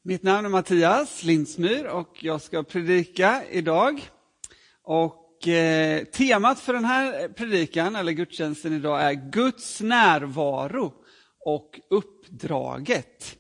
Mitt namn är Mattias Lindsmyr och jag ska predika idag. Och temat för den här predikan eller gudstjänsten idag är Guds närvaro och uppdraget.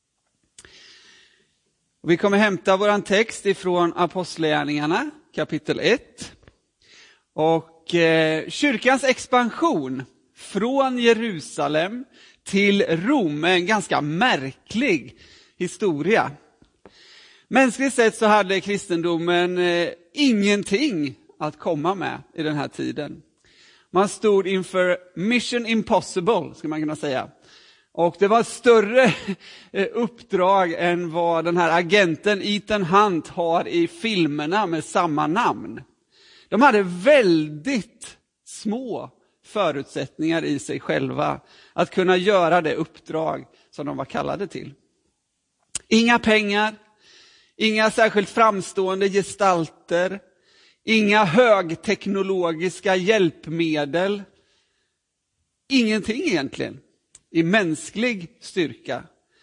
Vi kommer hämta våran text ifrån Apostlagärningarna kapitel 1. Och kyrkans expansion från Jerusalem till Rom är en ganska märklig historia. Mänskligt sett så hade kristendomen ingenting att komma med i den här tiden. Man stod inför mission impossible, skulle man kunna säga. Och det var ett större uppdrag än vad den här agenten Ethan Hunt har i filmerna med samma namn. De hade väldigt små förutsättningar i sig själva att kunna göra det uppdrag som de var kallade till. Inga pengar, inga särskilt framstående gestalter, inga högteknologiska hjälpmedel. Ingenting egentligen i mänsklig styrka.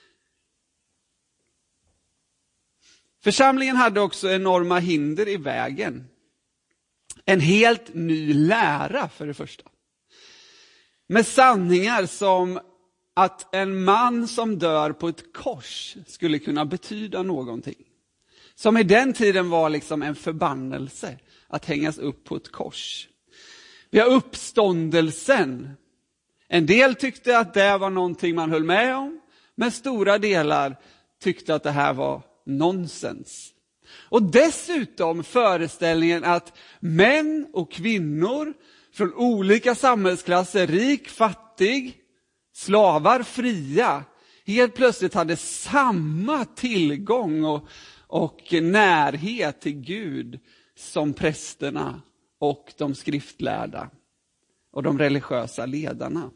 Församlingen hade också enorma hinder i vägen. En helt ny lära för det första. Med sanningar som att en man som dör på ett kors skulle kunna betyda någonting. Som i den tiden var liksom en förbannelse att hängas upp på ett kors. Vi har uppståndelsen. En del tyckte att det var någonting man höll med om. Men stora delar tyckte att det här var nonsens. Och dessutom föreställningen att män och kvinnor från olika samhällsklasser, rik, fattig, slavar, fria, helt plötsligt hade samma tillgång och närhet till Gud som prästerna och de skriftlärda och de religiösa ledarna.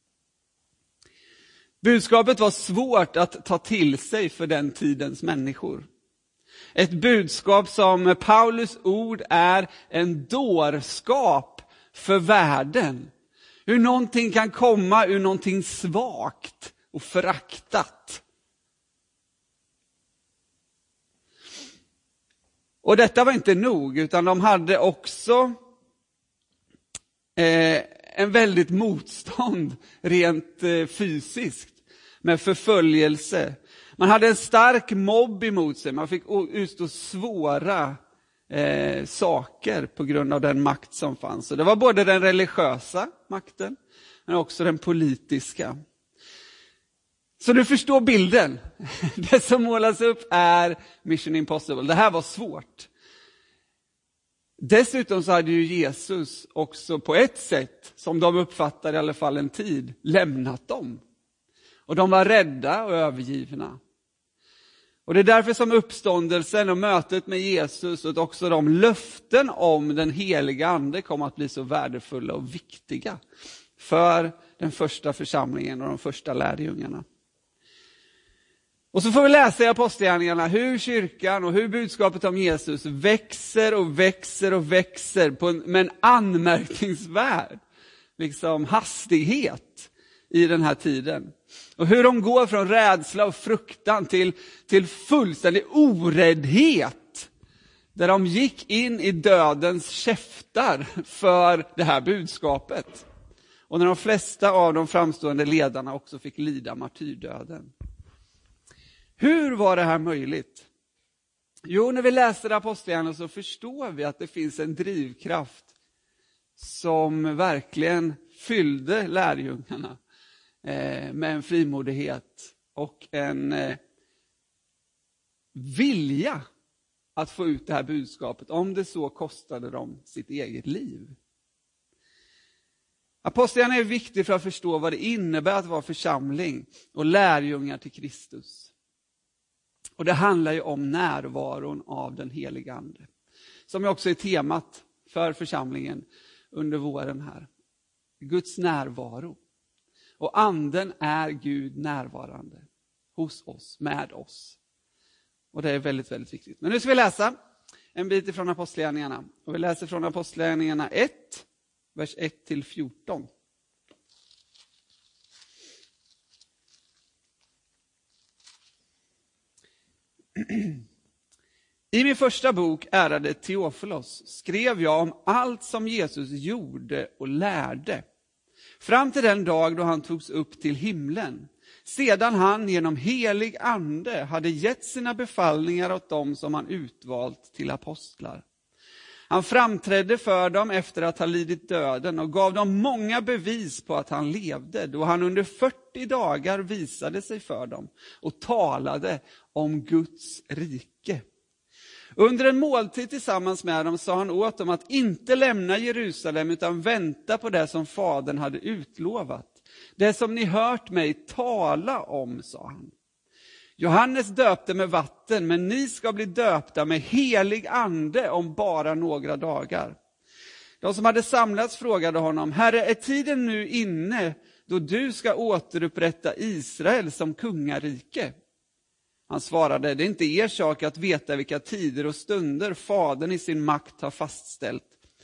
Budskapet var svårt att ta till sig för den tidens människor. Ett budskap som Paulus ord är en dårskap för världen. Hur någonting kan komma ur någonting svagt och föraktat. Och detta var inte nog, utan de hade också en väldigt motstånd rent fysiskt med förföljelse. Man hade en stark mobb emot sig. Man fick utstå svåra saker på grund av den makt som fanns. Så det var både den religiösa makten men också den politiska. Så du förstår bilden. Det som målas upp är mission impossible. Det här var svårt. Dessutom så hade ju Jesus också på ett sätt, som de uppfattade i alla fall en tid, lämnat dem. Och de var rädda och övergivna. Och det är därför som uppståndelsen och mötet med Jesus och också de löften om den heliga ande kommer att bli så värdefulla och viktiga för den första församlingen och de första lärjungarna. Och så får vi läsa i Apostlagärningarna hur kyrkan och hur budskapet om Jesus växer och växer och växer med en anmärkningsvärd hastighet i den här tiden. Och hur de går från rädsla och fruktan till fullständig oräddhet. Där de gick in i dödens käftar för det här budskapet. Och när de flesta av de framstående ledarna också fick lida martyrdöden. Hur var det här möjligt? Jo, när vi läser Apostlagärningarna så förstår vi att det finns en drivkraft som verkligen fyllde lärjungarna med en frimodighet och en vilja att få ut det här budskapet om det så kostade dem sitt eget liv. Apostlagärningarna är viktigt för att förstå vad det innebär att vara församling och lärjungar till Kristus. Och det handlar ju om närvaron av den heliga ande. Som också är temat för församlingen under våren här. Guds närvaro. Och anden är Gud närvarande hos oss, med oss. Och det är väldigt, väldigt viktigt. Men nu ska vi läsa en bit ifrån Apostlagärningarna. Och vi läser från Apostlagärningarna 1, vers 1-14. I min första bok, ärade Teofilos, skrev jag om allt som Jesus gjorde och lärde. Fram till den dag då han togs upp till himlen. Sedan han genom helig ande hade gett sina befallningar åt dem som han utvalt till apostlar. Han framträdde för dem efter att ha lidit döden och gav dem många bevis på att han levde, då han under 40 dagar visade sig för dem och talade om Guds rike. Under en måltid tillsammans med dem sa han åt dem att inte lämna Jerusalem utan vänta på det som Fadern hade utlovat. Det som ni hört mig tala om, sa han. Johannes döpte med vatten, men ni ska bli döpta med helig ande om bara några dagar. De som hade samlats frågade honom: Herre, är tiden nu inne då du ska återupprätta Israel som kungarike? Han svarade: det är inte er sak att veta vilka tider och stunder Fadern i sin makt har fastställt.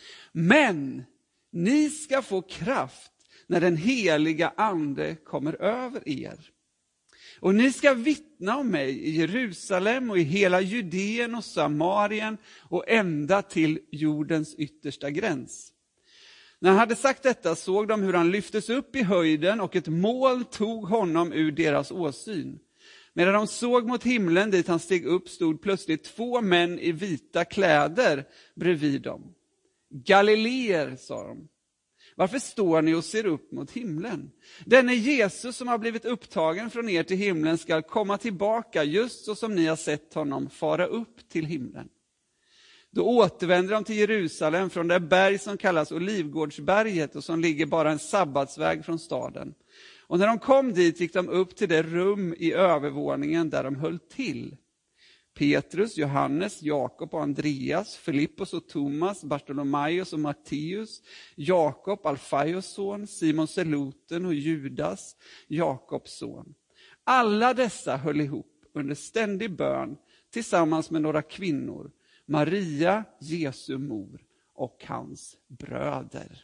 Men ni ska få kraft när den heliga ande kommer över er. Och ni ska vittna om mig i Jerusalem och i hela Judeen och Samarien och ända till jordens yttersta gräns. När han hade sagt detta såg de hur han lyftes upp i höjden och ett moln tog honom ur deras åsyn. Medan de såg mot himlen dit han steg upp stod plötsligt 2 män i vita kläder bredvid dem. Galileer, sa de. Varför står ni och ser upp mot himlen? Denne Jesus som har blivit upptagen från er till himlen ska komma tillbaka just så som ni har sett honom fara upp till himlen. Då återvänder de till Jerusalem från det berg som kallas Olivgårdsberget och som ligger bara en sabbatsväg från staden. Och när de kom dit gick de upp till det rum i övervåningen där de höll till. Petrus, Johannes, Jakob och Andreas, Filippos och Thomas, Bartolomaios och Matteus, Jakob, Alfaios son, Simon Zeloten och Judas, Jakobs son. Alla dessa höll ihop under ständig bön tillsammans med några kvinnor, Maria, Jesu mor och hans bröder.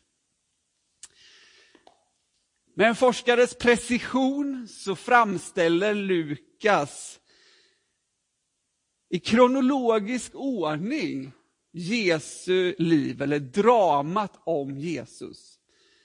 Med en forskares precision så framställer Lukas i kronologisk ordning Jesu liv eller dramat om Jesus.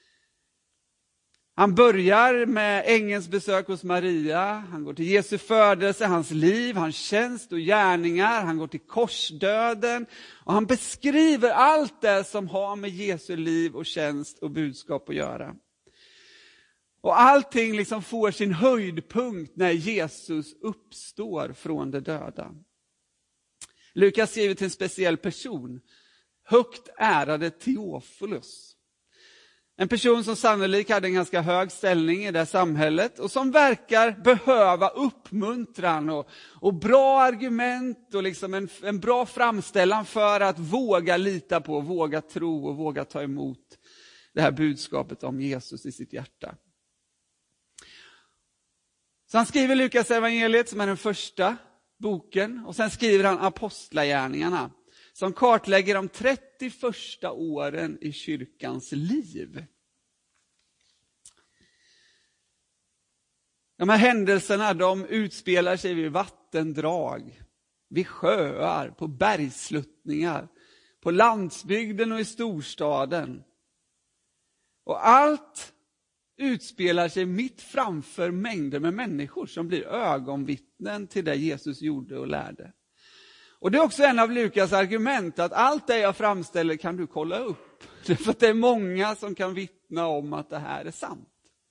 Han börjar med ängelns besök hos Maria, han går till Jesu födelse, hans liv, hans tjänst och gärningar, han går till korsdöden och han beskriver allt det som har med Jesu liv och tjänst och budskap att göra. Och allting liksom får sin höjdpunkt när Jesus uppstår från de döda. Lukas skriver till en speciell person, högt ärade Teofilos. En person som sannolikt hade en ganska hög ställning i det samhället och som verkar behöva uppmuntran och bra argument och liksom en bra framställan för att våga lita på, våga tro och våga ta emot det här budskapet om Jesus i sitt hjärta. Så han skriver Lukas evangeliet som är den första boken och sen skriver han apostlagärningarna som kartlägger de 30 första åren i kyrkans liv. De här händelserna de utspelar sig vid vattendrag, vid sjöar, på bergsluttningar, på landsbygden och i storstaden. Och allt utspelar sig mitt framför mängder med människor som blir ögonvittnen till det Jesus gjorde och lärde. Och det är också en av Lukas argument att allt det jag framställer kan du kolla upp. För att det är många som kan vittna om att det här är sant.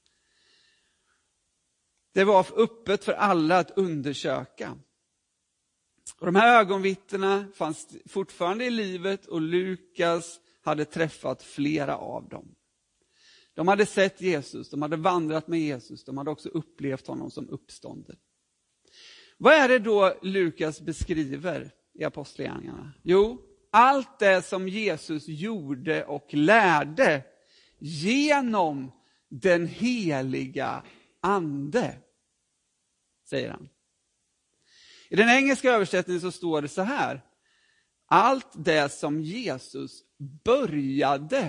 Det var öppet för alla att undersöka. Och de här ögonvittnena fanns fortfarande i livet och Lukas hade träffat flera av dem. De hade sett Jesus, de hade vandrat med Jesus, de hade också upplevt honom som uppstånden. Vad är det då Lukas beskriver i apostlagärningarna? Jo, allt det som Jesus gjorde och lärde genom den heliga ande, säger han. I den engelska översättningen så står det så här: allt det som Jesus började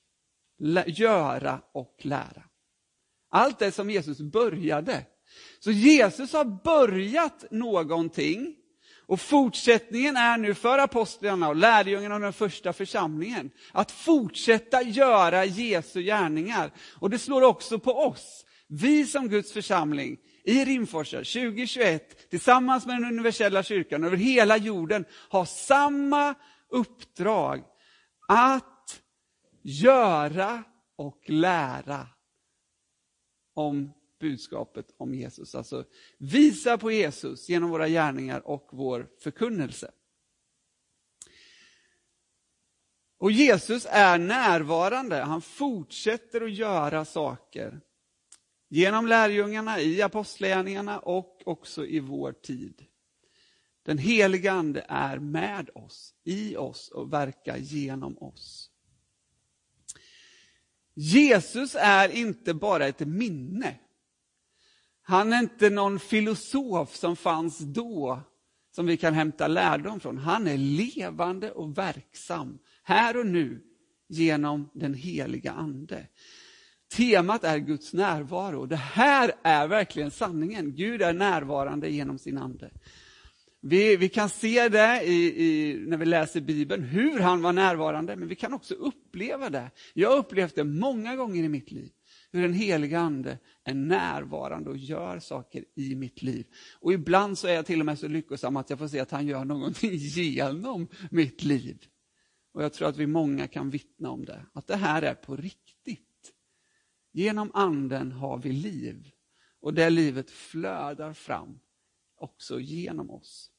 göra och lära. Allt det som Jesus började. Så Jesus har börjat någonting Och fortsättningen är nu för apostlarna och lärjungarna och den första församlingen att fortsätta göra Jesu gärningar. Och det slår också på oss. Vi som Guds församling i Rimforsa 2021 tillsammans med den universella kyrkan över hela jorden har samma uppdrag att göra och lära om budskapet om Jesus. Alltså visa på Jesus genom våra gärningar och vår förkunnelse. Och Jesus är närvarande. Han fortsätter att göra saker. Genom lärjungarna, i apostlagärningarna och också i vår tid. Den heliga ande är med oss, i oss och verkar genom oss. Jesus är inte bara ett minne. Han är inte någon filosof som fanns då som vi kan hämta lärdom från. Han är levande och verksam här och nu genom den heliga ande. Temat är Guds närvaro. Det här är verkligen sanningen. Gud är närvarande genom sin ande. Vi kan se det när vi läser Bibeln, hur han var närvarande, men vi kan också uppleva det. Jag har upplevt det många gånger i mitt liv. Hur den heliga ande är närvarande och gör saker i mitt liv. Och ibland så är jag till och med så lyckosam att jag får se att han gör någonting genom mitt liv. Och jag tror att vi många kan vittna om det. Att det här är på riktigt. Genom anden har vi liv. Och det livet flödar fram också genom oss.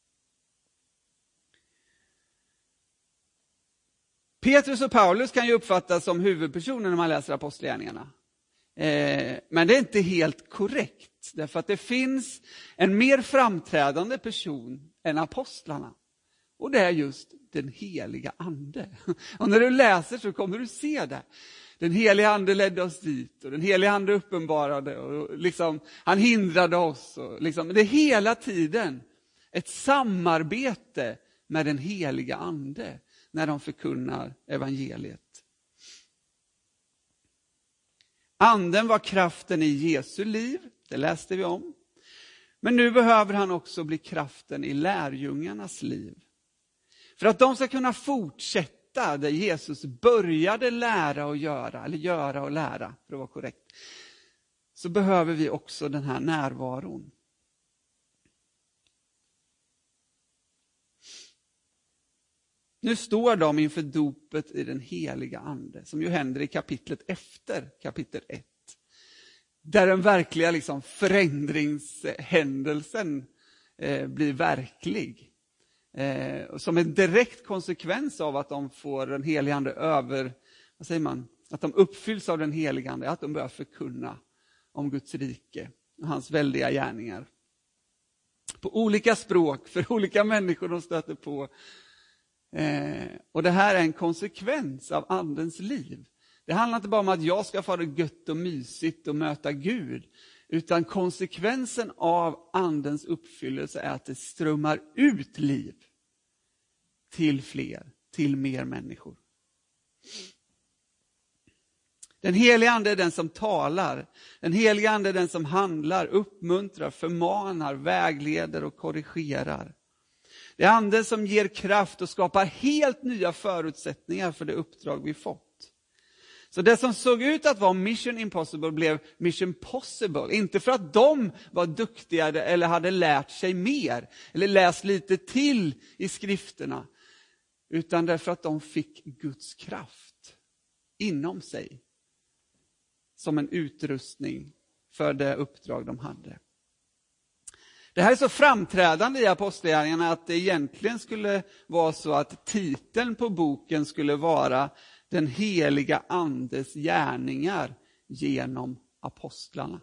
Petrus och Paulus kan ju uppfattas som huvudpersoner när man läser apostlagärningarna. Men det är inte helt korrekt. Därför att det finns en mer framträdande person än apostlarna. Och det är just den heliga ande. Och när du läser så kommer du se det. Den heliga ande ledde oss dit. Och den heliga ande uppenbarade. Och liksom, han hindrade oss. Och liksom, det är hela tiden ett samarbete med den heliga ande. När de förkunnar evangeliet. Anden var kraften i Jesu liv. Det läste vi om. Men nu behöver han också bli kraften i lärjungarnas liv. För att de ska kunna fortsätta där Jesus började lära och göra. Eller göra och lära, för att vara korrekt. Så behöver vi också den här närvaron. Nu står de inför dopet i den heliga ande. Som ju händer i kapitlet efter kapitel 1. Där den verkliga liksom förändringshändelsen blir verklig. Som en direkt konsekvens av att de får den heliga ande att de uppfylls av den heliga ande. Att de börjar förkunna om Guds rike och hans väldiga gärningar. På olika språk för olika människor de stöter på. Och det här är en konsekvens av andens liv. Det handlar inte bara om att jag ska få det gött och mysigt och möta Gud. Utan konsekvensen av andens uppfyllelse är att det strömmar ut liv till fler, till mer människor. Den heliga ande är den som talar. Den heliga ande är den som handlar, uppmuntrar, förmanar, vägleder och korrigerar. Det är anden som ger kraft och skapar helt nya förutsättningar för det uppdrag vi fått. Så det som såg ut att vara mission impossible blev mission possible. Inte för att de var duktigare eller hade lärt sig mer. Eller läst lite till i skrifterna. Utan därför att de fick Guds kraft inom sig. Som en utrustning för det uppdrag de hade. Det här är så framträdande i apostlagärningarna att det egentligen skulle vara så att titeln på boken skulle vara Den heliga andes gärningar genom apostlarna.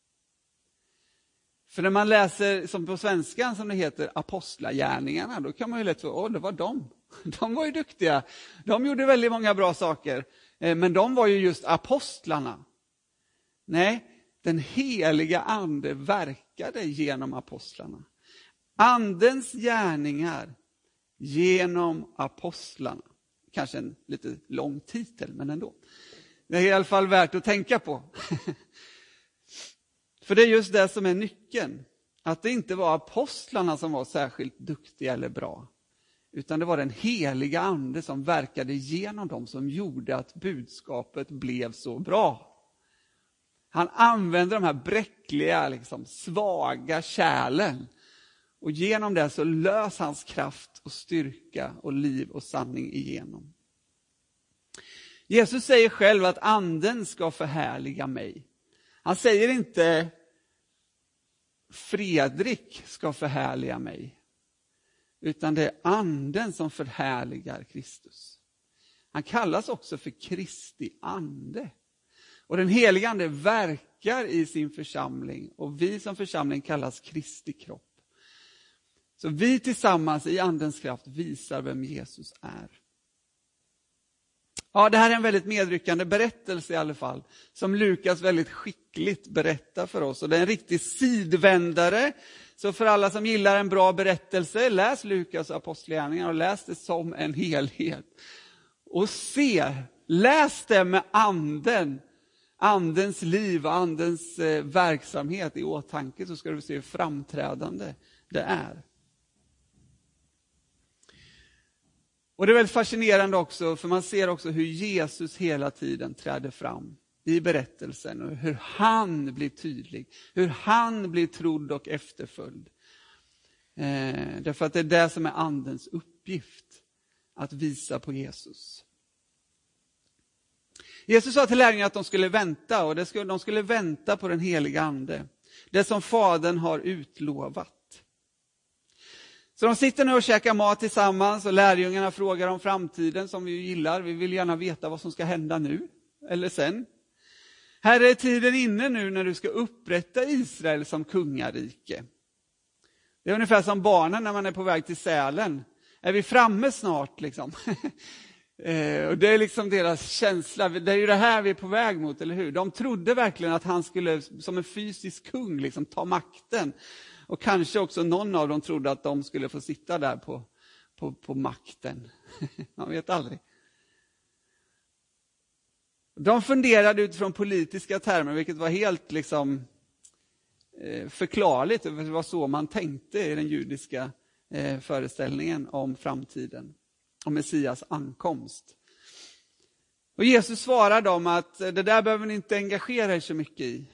För när man läser som på svenskan som det heter apostlagärningarna, då kan man ju lätt få, det var de. De var ju duktiga. De gjorde väldigt många bra saker. Men de var ju just apostlarna. Nej, den heliga ande verkade genom apostlarna. Andens gärningar genom apostlarna. Kanske en lite lång titel, men ändå. Det är i alla fall värt att tänka på. För det är just det som är nyckeln. att det inte var apostlarna som var särskilt duktiga eller bra. Utan det var den heliga ande som verkade genom dem som gjorde att budskapet blev så bra. Han använde de här bräckliga, svaga kärlen. Och genom det så lös hans kraft och styrka och liv och sanning igenom. Jesus säger själv att anden ska förhärliga mig. Han säger inte Fredrik ska förhärliga mig. Utan det är anden som förhärligar Kristus. Han kallas också för Kristi ande. Och den heliga ande verkar i sin församling. Och vi som församling kallas Kristi kropp. Så vi tillsammans i andens kraft visar vem Jesus är. Ja, det här är en väldigt medryckande berättelse i alla fall. Som Lukas väldigt skickligt berättar för oss. Och det är en riktig sidvändare. Så för alla som gillar en bra berättelse, läs Lukas apostlagärningarna och läs det som en helhet. Och läs det med andens liv och andens verksamhet i åtanke, så ska du se hur framträdande det är. Och det är väldigt fascinerande också, för man ser också hur Jesus hela tiden träder fram i berättelsen. Och hur han blir tydlig, hur han blir trodd och efterföljd. Därför att det är det som är andens uppgift, att visa på Jesus. Jesus sa till lärjungarna att de skulle vänta, och de skulle vänta på den heliga ande. Det som Fadern har utlovat. Så de sitter nu och käkar mat tillsammans, och lärjungarna frågar om framtiden som vi gillar. Vi vill gärna veta vad som ska hända nu eller sen. Här är tiden inne nu när du ska upprätta Israel som kungarike. Det är ungefär som barnen när man är på väg till Sälen. Är vi framme snart liksom? Och det är liksom deras känsla. Det är ju det här vi är på väg mot, eller hur? De trodde verkligen att han skulle som en fysisk kung ta makten. Och kanske också någon av dem trodde att de skulle få sitta där på makten. Man vet aldrig. De funderade utifrån politiska termer, vilket var helt förklarligt. Det var så man tänkte i den judiska föreställningen om framtiden. Om Messias ankomst. Och Jesus svarar dem att det där behöver ni inte engagera er så mycket i.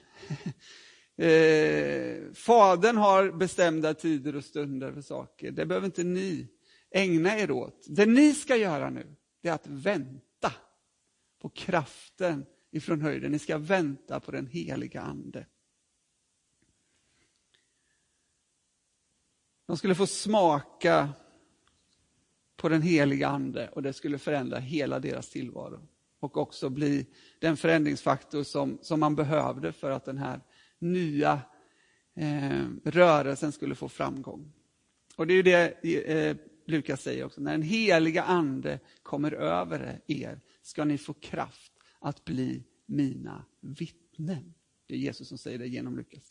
Fadern har bestämda tider och stunder för saker. Det behöver inte ni ägna er åt. Det ni ska göra nu, det är att vänta på kraften ifrån höjden. Ni ska vänta på den heliga ande. De skulle få smaka på den heliga ande, och det skulle förändra hela deras tillvaro. Och också bli den förändringsfaktor som man behövde för att den här nya rörelsen skulle få framgång. Och det är ju det Lukas säger också. När den heliga ande kommer över er ska ni få kraft att bli mina vittnen. Det är Jesus som säger det genom Lukas.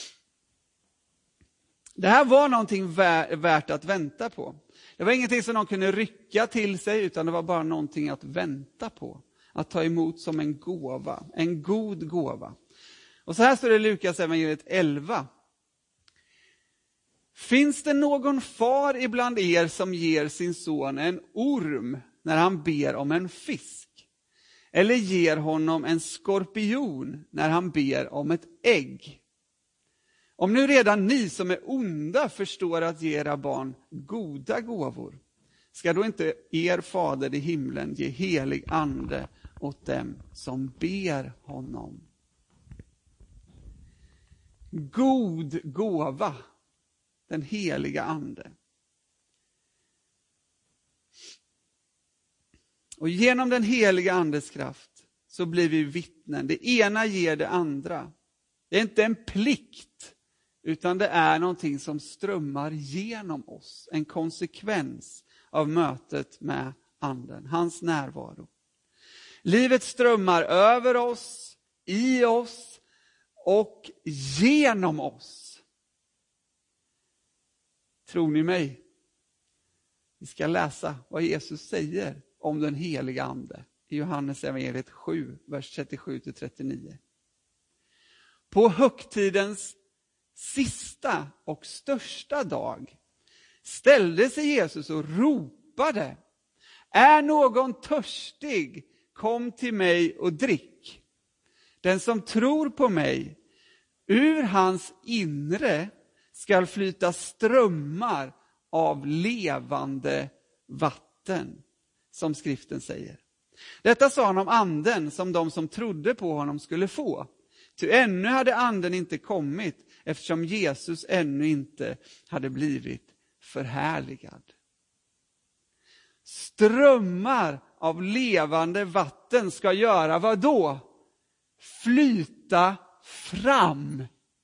Det här var någonting värt att vänta på. Det var ingenting som de kunde rycka till sig, utan det var bara någonting att vänta på. Att ta emot som en gåva, en god gåva. Och så här står det i Lukas evangeliet 11. Finns det någon far ibland er som ger sin son en orm när han ber om en fisk? Eller ger honom en skorpion när han ber om ett ägg? Om nu redan ni som är onda förstår att ge era barn goda gåvor, ska då inte er fader i himlen ge helig ande åt dem som ber honom? God gåva, den heliga ande. Och genom den heliga andes kraft så blir vi vittnen. Det ena ger det andra. Det är inte en plikt, utan det är någonting som strömmar genom oss. En konsekvens av mötet med anden, hans närvaro. Livet strömmar över oss, i oss och genom oss. Tror ni mig? Vi ska läsa vad Jesus säger om den heliga ande i Johannes evangeliet 7, vers 37-39. På högtidens sista och största dag ställde sig Jesus och ropade: är någon törstig, kom till mig och drick. Den som tror på mig, ur hans inre skall flyta strömmar av levande vatten, som skriften säger. Detta sa han om anden som de som trodde på honom skulle få. Ty ännu hade anden inte kommit, eftersom Jesus ännu inte hade blivit förhärligad. Strömmar av levande vatten ska göra vad då? Flyta fram.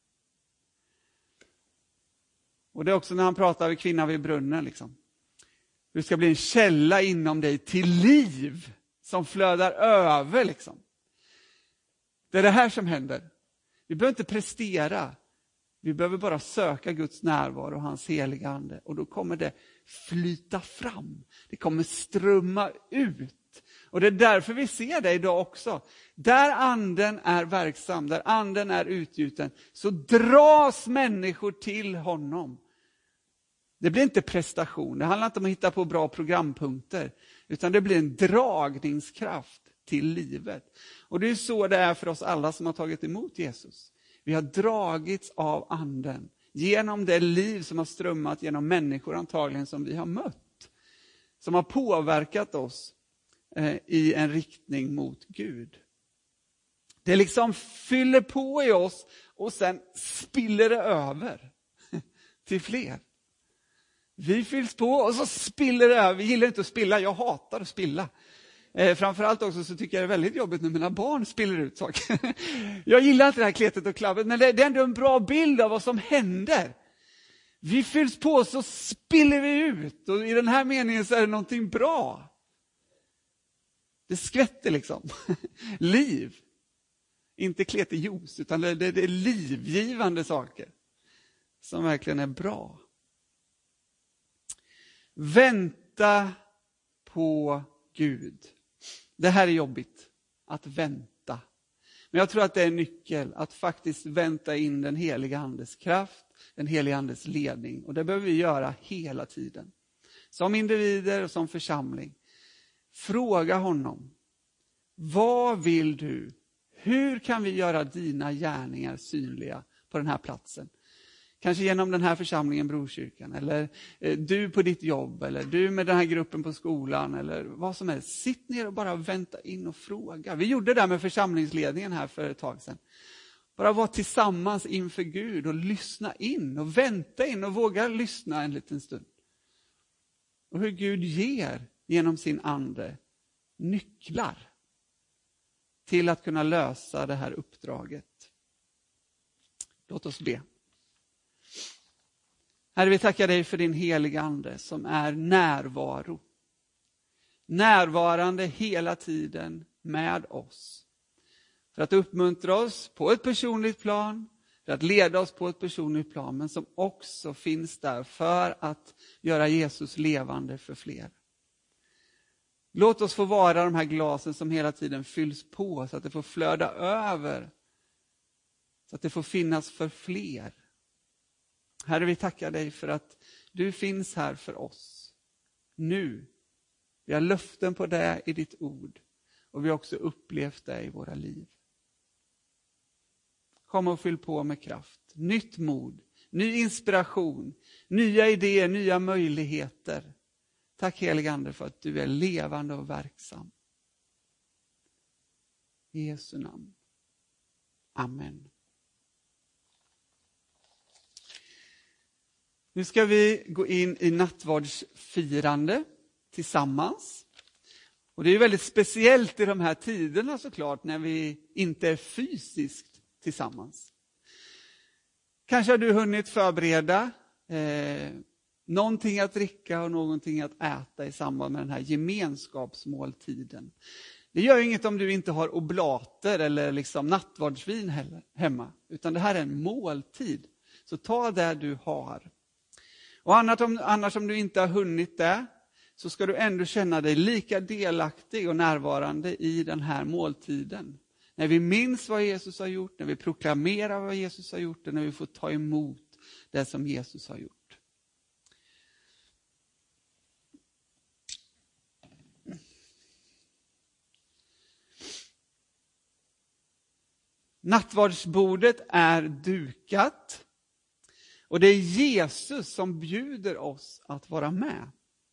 Och det är också när han pratar med kvinnan vid brunnen. Liksom. Det ska bli en källa inom dig till liv som flödar över. Liksom. Det är det här som händer. Vi behöver inte prestera. Vi behöver bara söka Guds närvaro och hans heliga ande. Och då kommer det flyta fram. Det kommer strömma ut. Och det är därför vi ser det idag också. Där anden är verksam, där anden är utgjuten, så dras människor till honom. Det blir inte prestation. Det handlar inte om att hitta på bra programpunkter. Utan det blir en dragningskraft till livet. Och det är så det är för oss alla som har tagit emot Jesus. Vi har dragits av anden genom det liv som har strömmat genom människor antagligen som vi har mött. Som har påverkat oss i en riktning mot Gud. Det liksom fyller på i oss och sen spiller det över till fler. Vi fylls på och så spiller det över. Vi gillar inte att spilla, jag hatar att spilla. Framförallt också så tycker jag det är väldigt jobbigt när mina barn spiller ut saker. Jag gillar inte det här kletet och klabbet, men det är ändå en bra bild av vad som händer. Vi fylls på så spiller vi ut, och i den här meningen så är det någonting bra. Det skvätter liksom. Liv. Inte kletig juice, utan det är livgivande saker som verkligen är bra. Vänta på Gud. Det här är jobbigt, att vänta. Men jag tror att det är en nyckel att faktiskt vänta in den heliga andes kraft, den heliga andes ledning. Och det behöver vi göra hela tiden. Som individer och som församling. Fråga honom. Vad vill du? Hur kan vi göra dina gärningar synliga på den här platsen? Kanske genom den här församlingen, Brokyrkan. Eller du på ditt jobb. Eller du med den här gruppen på skolan. Eller vad som helst. Sitt ner och bara vänta in och fråga. Vi gjorde det där med församlingsledningen här för ett tag sedan. Bara vara tillsammans inför Gud och lyssna in. Och vänta in och våga lyssna en liten stund. Och hur Gud ger genom sin ande nycklar till att kunna lösa det här uppdraget. Låt oss be. Herre, vi tackar dig för din heliga ande som är närvaro. Närvarande hela tiden med oss. För att uppmuntra oss på ett personligt plan. För att leda oss på ett personligt plan. Men som också finns där för att göra Jesus levande för fler. Låt oss få vara de här glasen som hela tiden fylls på. Så att det får flöda över. Så att det får finnas för fler. Herre, vi tackar dig för att du finns här för oss. Nu. Vi har löften på det i ditt ord. Och vi har också upplevt det i våra liv. Kom och fyll på med kraft. Nytt mod. Ny inspiration. Nya idéer, nya möjligheter. Tack helige Ande för att du är levande och verksam. I Jesu namn. Amen. Nu ska vi gå in i nattvardsfirande tillsammans. Och det är väldigt speciellt i de här tiderna såklart när vi inte är fysiskt tillsammans. Kanske har du hunnit förbereda någonting att dricka och någonting att äta i samband med den här gemenskapsmåltiden. Det gör inget om du inte har oblater eller liksom nattvardsvin hemma. Utan det här är en måltid. Så ta det du har. Och annars om du inte har hunnit det, så ska du ändå känna dig lika delaktig och närvarande i den här måltiden. När vi minns vad Jesus har gjort, när vi proklamerar vad Jesus har gjort och när vi får ta emot det som Jesus har gjort. Nattvardsbordet är dukat och det är Jesus som bjuder oss att vara med.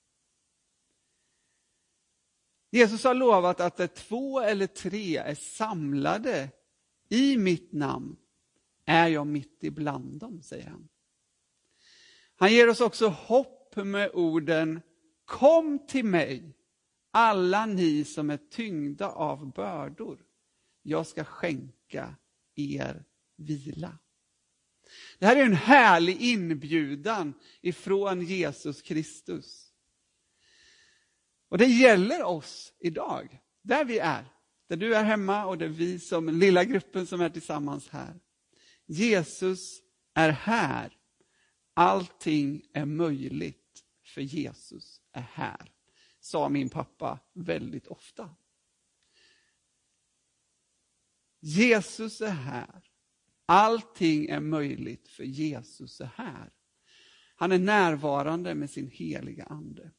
Jesus har lovat att där 2 eller 3 är samlade i mitt namn är jag mitt ibland dem, säger han. Han ger oss också hopp med orden: kom till mig, alla ni som är tyngda av bördor. Jag ska skänka er vila. Det här är en härlig inbjudan ifrån Jesus Kristus. Och det gäller oss idag, där vi är. Där du är hemma och där vi som lilla gruppen som är tillsammans här. Jesus är här. Allting är möjligt för Jesus är här, sa min pappa väldigt ofta. Jesus är här. Allting är möjligt för Jesus är här. Han är närvarande med sin heliga ande.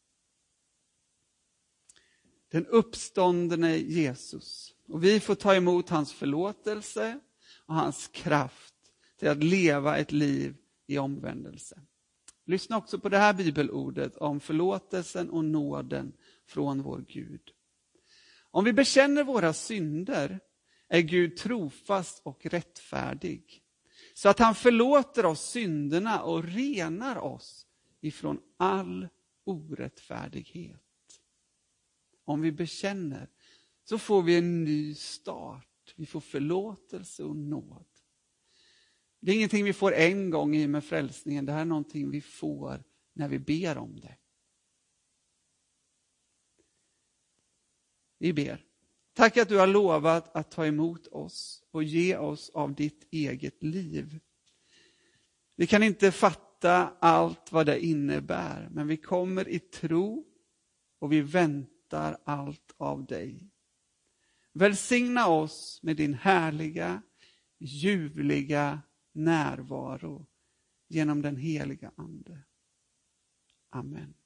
Den uppståndne Jesus. Och vi får ta emot hans förlåtelse och hans kraft till att leva ett liv i omvändelse. Lyssna också på det här bibelordet om förlåtelsen och nåden från vår Gud. Om vi bekänner våra synder är Gud trofast och rättfärdig, så att han förlåter oss synderna och renar oss ifrån all orättfärdighet. Om vi bekänner så får vi en ny start. Vi får förlåtelse och nåd. Det är ingenting vi får en gång i med frälsningen. Det här är någonting vi får när vi ber om det. Vi ber. Tack att du har lovat att ta emot oss och ge oss av ditt eget liv. Vi kan inte fatta allt vad det innebär, men vi kommer i tro och vi väntar allt av dig. Välsigna oss med din härliga, ljuvliga närvaro genom den heliga ande. Amen.